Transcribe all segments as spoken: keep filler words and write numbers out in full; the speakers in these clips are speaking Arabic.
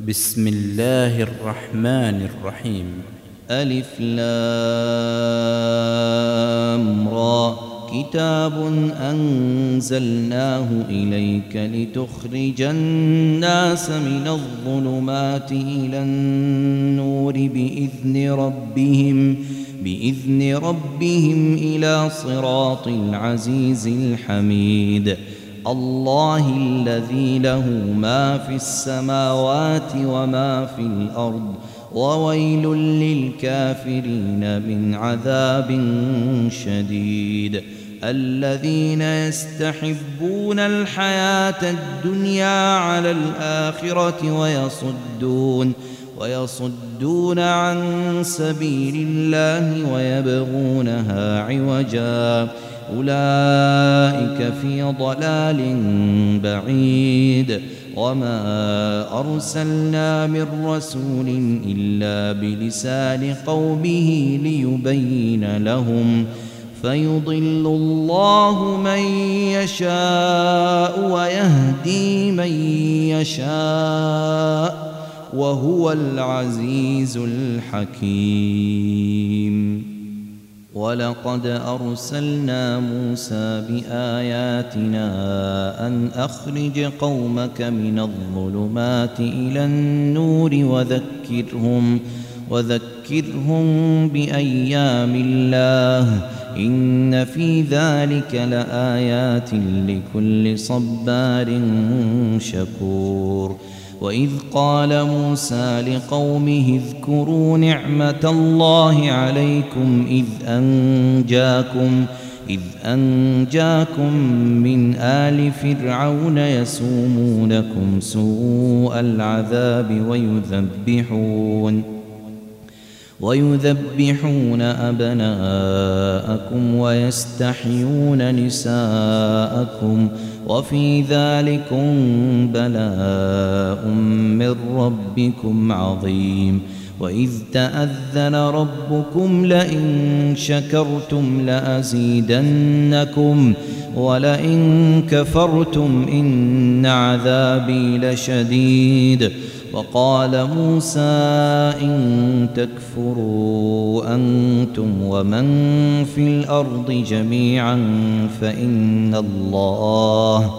بسم الله الرحمن الرحيم. ألف لام را كتاب أنزلناه إليك لتخرج الناس من الظلمات إلى النور بإذن ربهم بإذن ربهم إلى صراط العزيز الحميد. الله الذي له ما في السماوات وما في الأرض وويل للكافرين من عذاب شديد. الذين يستحبون الحياة الدنيا على الآخرة ويصدون ويصدون عن سبيل الله ويبغونها عوجا أولئك في ضلال بعيد. وما أرسلنا من رسول إلا بلسان قومه ليبين لهم فيضل الله من يشاء ويهدي من يشاء وهو العزيز الحكيم. ولقد أرسلنا موسى بآياتنا أن أخرج قومك من الظلمات إلى النور وذكرهم وذكرهم بأيام الله إن في ذلك لآيات لكل صبار شكور. وإذ قال موسى لقومه اذكروا نعمة الله عليكم إذ أنجاكم إذ أنجاكم من آل فرعون يسومونكم سوء العذاب ويذبحون ويذبحون أبناءكم ويستحيون نساءكم وفي ذلكم بلاء من ربكم عظيم. وإذ تأذن ربكم لئن شكرتم لأزيدنكم ولئن كفرتم إن عذابي لشديد. وقال موسى إن تكفروا أنتم ومن في الأرض جميعا فإن الله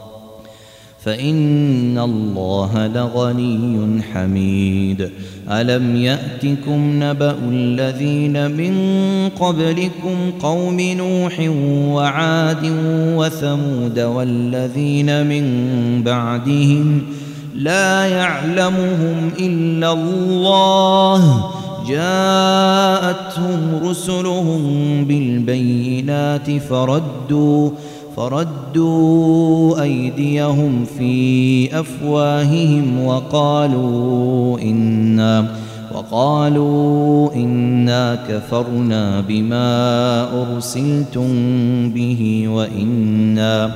فإن الله لغني حميد. ألم يأتكم نبأ الذين من قبلكم قوم نوح وعاد وثمود والذين من بعدهم لا يعلمهم إلا الله جاءتهم رسلهم بالبينات فردوا فردوا أيديهم في أفواههم وقالوا إنا وقالوا إنا كفرنا بما أرسلتم به وإنا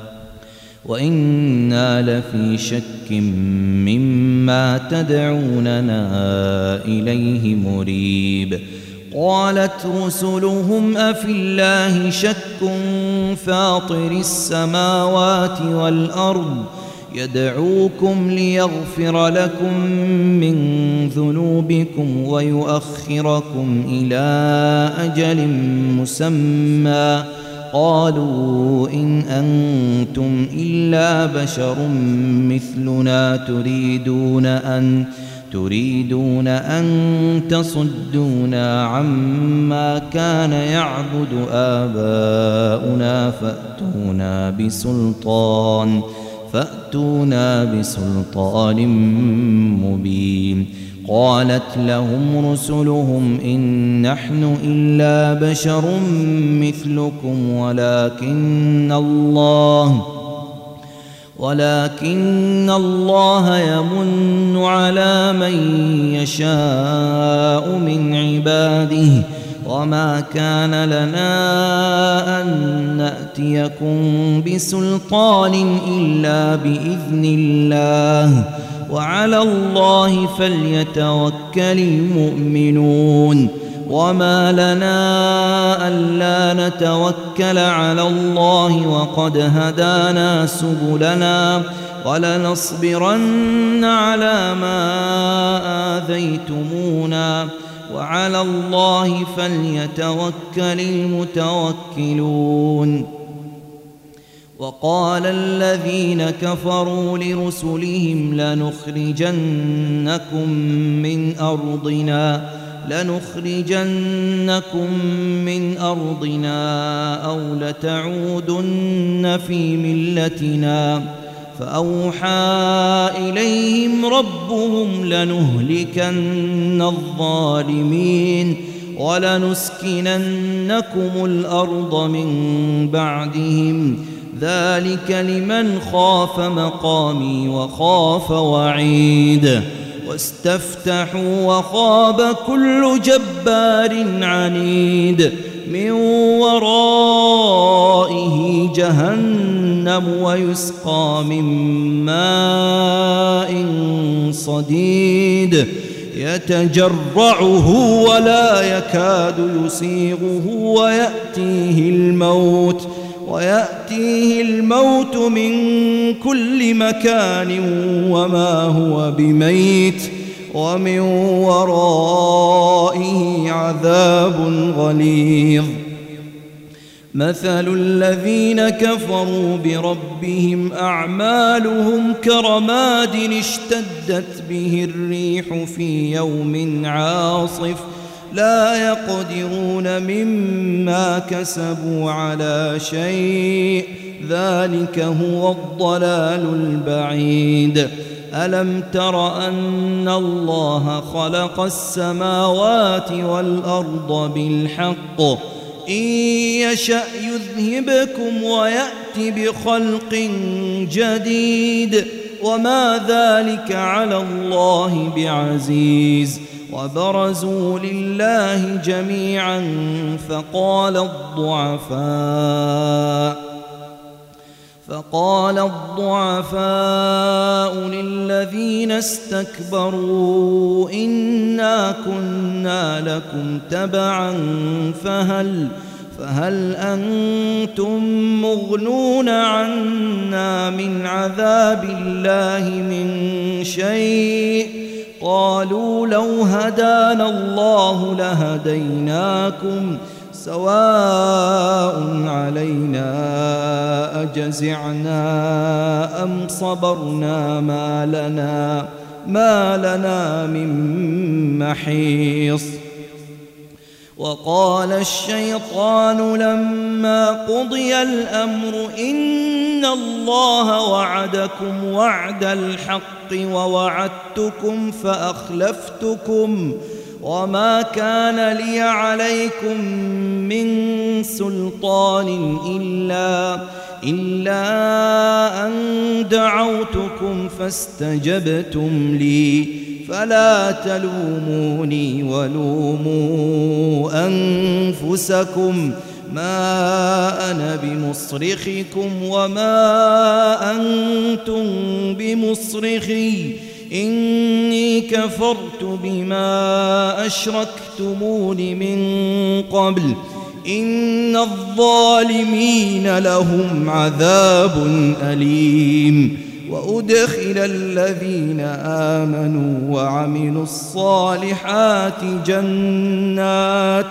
وإنا لفي شك مما تدعوننا إليه مريب. قالت رسلهم أفي الله شك فاطر السماوات والأرض يدعوكم ليغفر لكم من ذنوبكم ويؤخركم إلى أجل مسمى قالوا إن أنتم إلا بشر مثلنا تريدون أن تريدون أن تصدونا عما كان يعبد آباؤنا فأتونا بسلطان فأتونا بسلطان مبين. قالت لهم رسلهم إن نحن إلا بشر مثلكم ولكن الله ولكن الله يمن على من يشاء من عباده وما كان لنا أن نأتيكم بسلطان إلا بإذن الله وعلى الله فليتوكل المؤمنون. وما لنا ألا نتوكل على الله وقد هدانا سبلنا ولنصبرن على ما آذيتمونا وعلى الله فليتوكل المتوكلون. وقال الذين كفروا لرسلهم لنخرجنكم من أرضنا لنخرجنكم من أرضنا أو لتعودن في ملتنا فأوحى إليهم ربهم لنهلكن الظالمين ولنسكننكم الأرض من بعدهم ذلك لمن خاف مقامي وخاف وعيد. واستفتحوا وخاب كل جبار عنيد من ورائه جهنم ويسقى من ماء صديد يتجرعه ولا يكاد يسيغه ويأتيه الموت ويأتيه الموت من كل مكان وما هو بميت ومن ورائه عذاب غليظ. مثل الذين كفروا بربهم أعمالهم كرماد اشتدت به الريح في يوم عاصف لا يقدرون مما كسبوا على شيء ذلك هو الضلال البعيد. ألم تر أن الله خلق السماوات والأرض بالحق إن يشأ يذهبكم ويأت بخلق جديد وما ذلك على الله بعزيز. وبرزوا لله جميعا فقال الضعفاء فقال الضعفاء للذين استكبروا إنا كنا لكم تبعا فهل فهل أنتم مغنون عنا من عذاب الله من شيء قالوا لو هدانا الله لهديناكم سواء علينا أجزعنا أم صبرنا ما لنا ما لنا من محيص. وقال الشيطان لما قضي الأمر إن الله وعدكم وعد الحق ووعدتكم فأخلفتكم وما كان لي عليكم من سلطان إلا إلا أن دعوتكم فاستجبتم لي فلا تلوموني ولوموا أنفسكم ما أنا بمصرخكم وما أنتم بمصرخي إني كفرت بما أشركتمون من قبل إن الظالمين لهم عذاب أليم. وأدخل الذين آمنوا وعملوا الصالحات جنات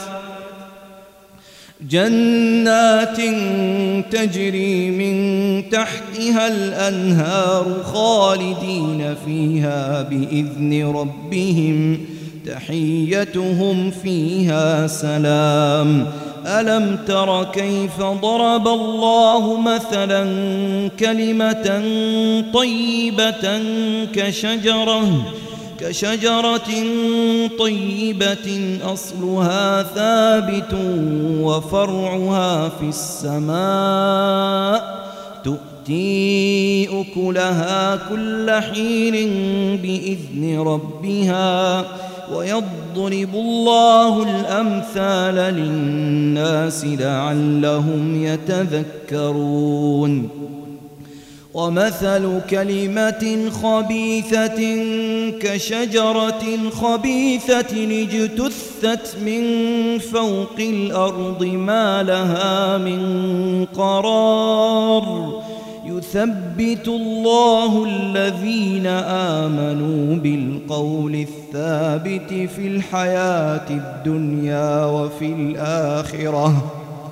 جنات تجري من تحتها الأنهار خالدين فيها بإذن ربهم تحيتهم فيها سلام. ألم تر كيف ضرب الله مثلا كلمة طيبة كشجرة كشجرة طيبة أصلها ثابت وفرعها في السماء تؤتي أكلها كل حين بإذن ربها ويضرب الله الأمثال للناس لعلهم يتذكرون. ومثل كلمة خبيثة كشجرة خبيثة اجتثت من فوق الأرض ما لها من قرار يثبت يثبت الله الذين آمنوا بالقول الثابت في الحياة الدنيا وفي الآخرة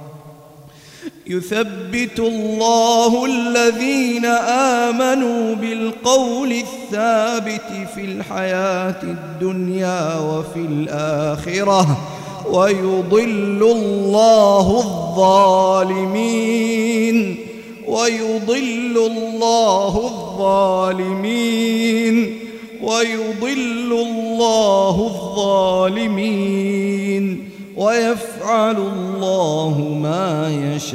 يثبت الله الذين آمنوا بالقول الثابت في الحياة الدنيا وفي الآخرة ويضل الله الظالمين ويضل الله الظالمين ويضل الله الظالمين ويفعل الله ما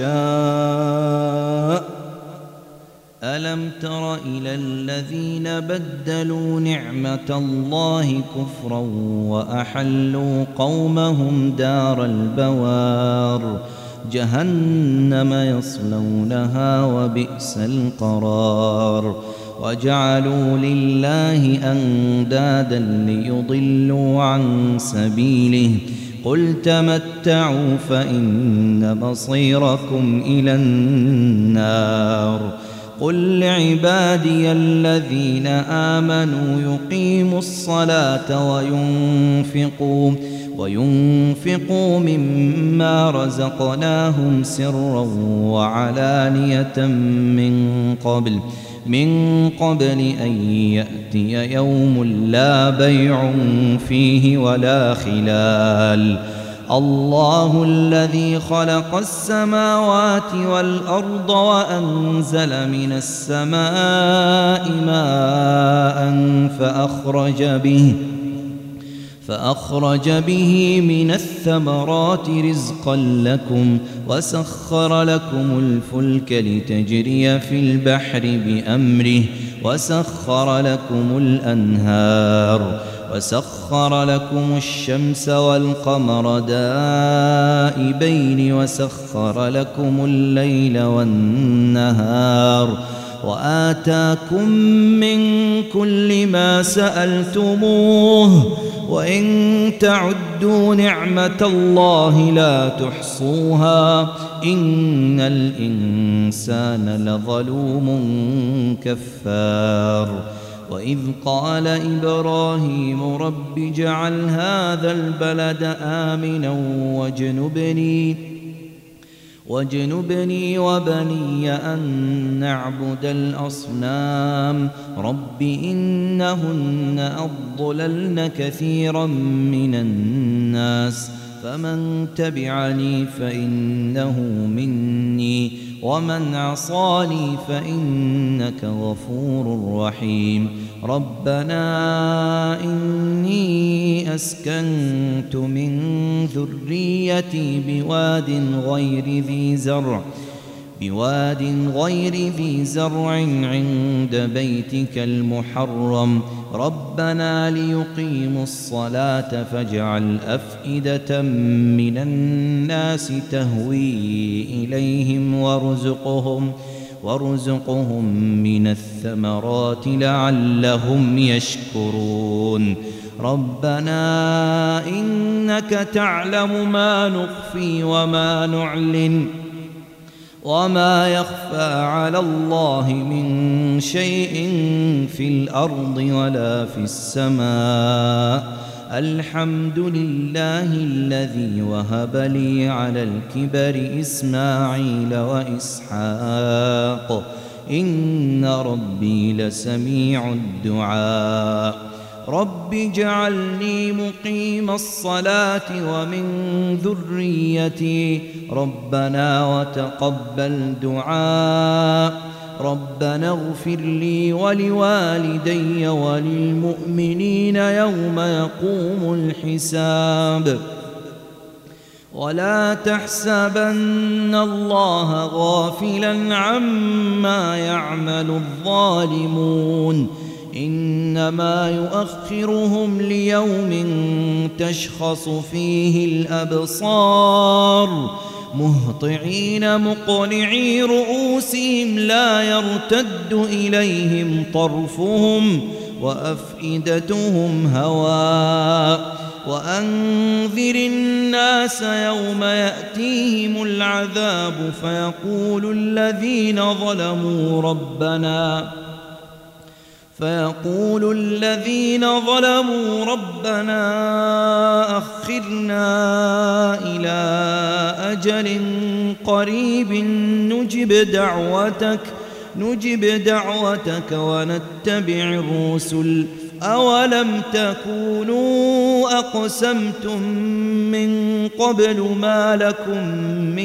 يشاء. ألم تر إلى الذين بدلوا نعمة الله كفرا وأحلوا قومهم دار البوار جهنم يصلونها وبئس القرار وجعلوا لله أندادا ليضلوا عن سبيله قل تمتعوا فإن مصيركم إلى النار. قل لعبادي الذين آمنوا يقيموا الصلاة وينفقوا وينفقوا مما رزقناهم سرا وعلانية من قبل من قبل أن يأتي يوم لا بيع فيه ولا خلال. الله الذي خلق السماوات والأرض وأنزل من السماء ماء فأخرج به فأخرج به من الثمرات رزقا لكم وسخر لكم الفلك لتجري في البحر بأمره وسخر لكم الأنهار وسخر لكم الشمس والقمر دائبين وسخر لكم الليل والنهار وآتاكم من كل ما سألتموه وإن تعدوا نعمة الله لا تحصوها إن الإنسان لظلوم كفار. وإذ قال إبراهيم رب اجعل هذا البلد آمنا واجنبني واجنبني وبني أن نعبد الأصنام رب إنهن أضللن كثيرا من الناس فمن تبعني فإنه مني ومن عصاني فإنك غفور رحيم. ربنا إني أسكنت من ذريتي بواد غير ذي زرع بواد غير ذي زرع عند بيتك المحرم ربنا ليقيموا الصلاة فاجعل أفئدة من الناس تهوي إليهم وارزقهم وارزقهم من الثمرات لعلهم يشكرون. ربنا إنك تعلم ما نخفي وما نعلن وما يخفى على الله من شيء في الأرض ولا في السماء. الحمد لله الذي وهب لي على الكبر إسماعيل وإسحاق إن ربي لسميع الدعاء. رب اجعلني مقيم الصلاة ومن ذريتي ربنا وتقبل دعاء. ربنا اغفر لي ولوالدي وللمؤمنين يوم يقوم الحساب. ولا تحسبن الله غافلا عما يعمل الظالمون إنما يؤخرهم ليوم تشخص فيه الأبصار مهطعين مقنعي رؤوسهم لا يرتد إليهم طرفهم وأفئدتهم هواء وأنذر الناس يوم يأتيهم العذاب فيقول الذين ظلموا ربنا فيقول الذين ظلموا ربنا أخرنا إلى أجل قريب نجب دعوتك نجب دعوتك ونتبع الرسل أولم تكونوا أقسمتم من قبل ما لكم من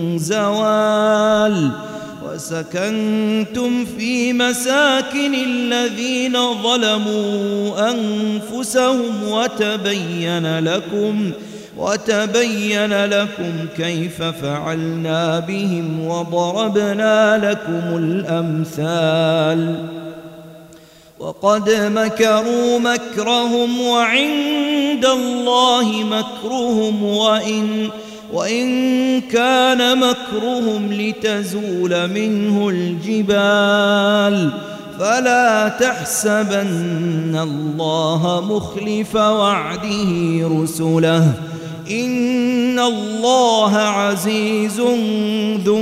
زوال وسكنتم في مساكن الذين ظلموا أنفسهم وتبين لكم وتبين لكم كيف فعلنا بهم وضربنا لكم الأمثال وقد مكروا مكرهم وعند الله مكرهم وإن وإن كان مكرهم لتزول منه الجبال فلا تحسبن الله مخلف وعده رسله إن الله عزيز ذو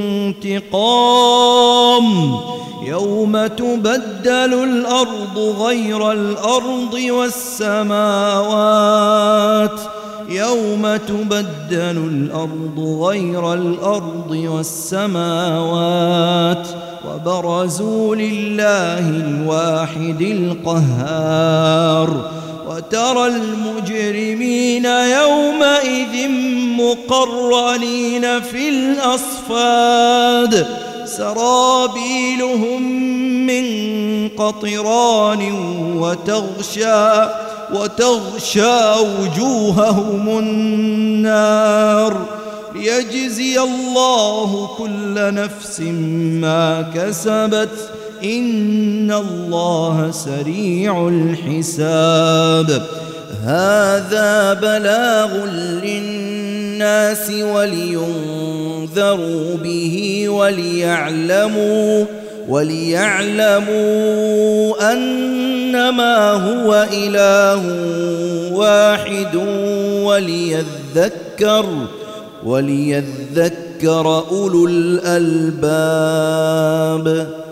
انتقام يوم تبدل الأرض غير الأرض والسماوات يوم تبدل الأرض غير الأرض والسماوات وبرزوا لله الواحد القهار وترى المجرمين يومئذ مقرنين في الأصفاد سرابيلهم من قطران وتغشى وتغشى وجوههم النار ليجزي الله كل نفس ما كسبت إن الله سريع الحساب هذا بلاغ للناس ولينذروا به وليعلموا وليعلموا أنما هو إله واحد وليذكر وليذكر أولو الألباب.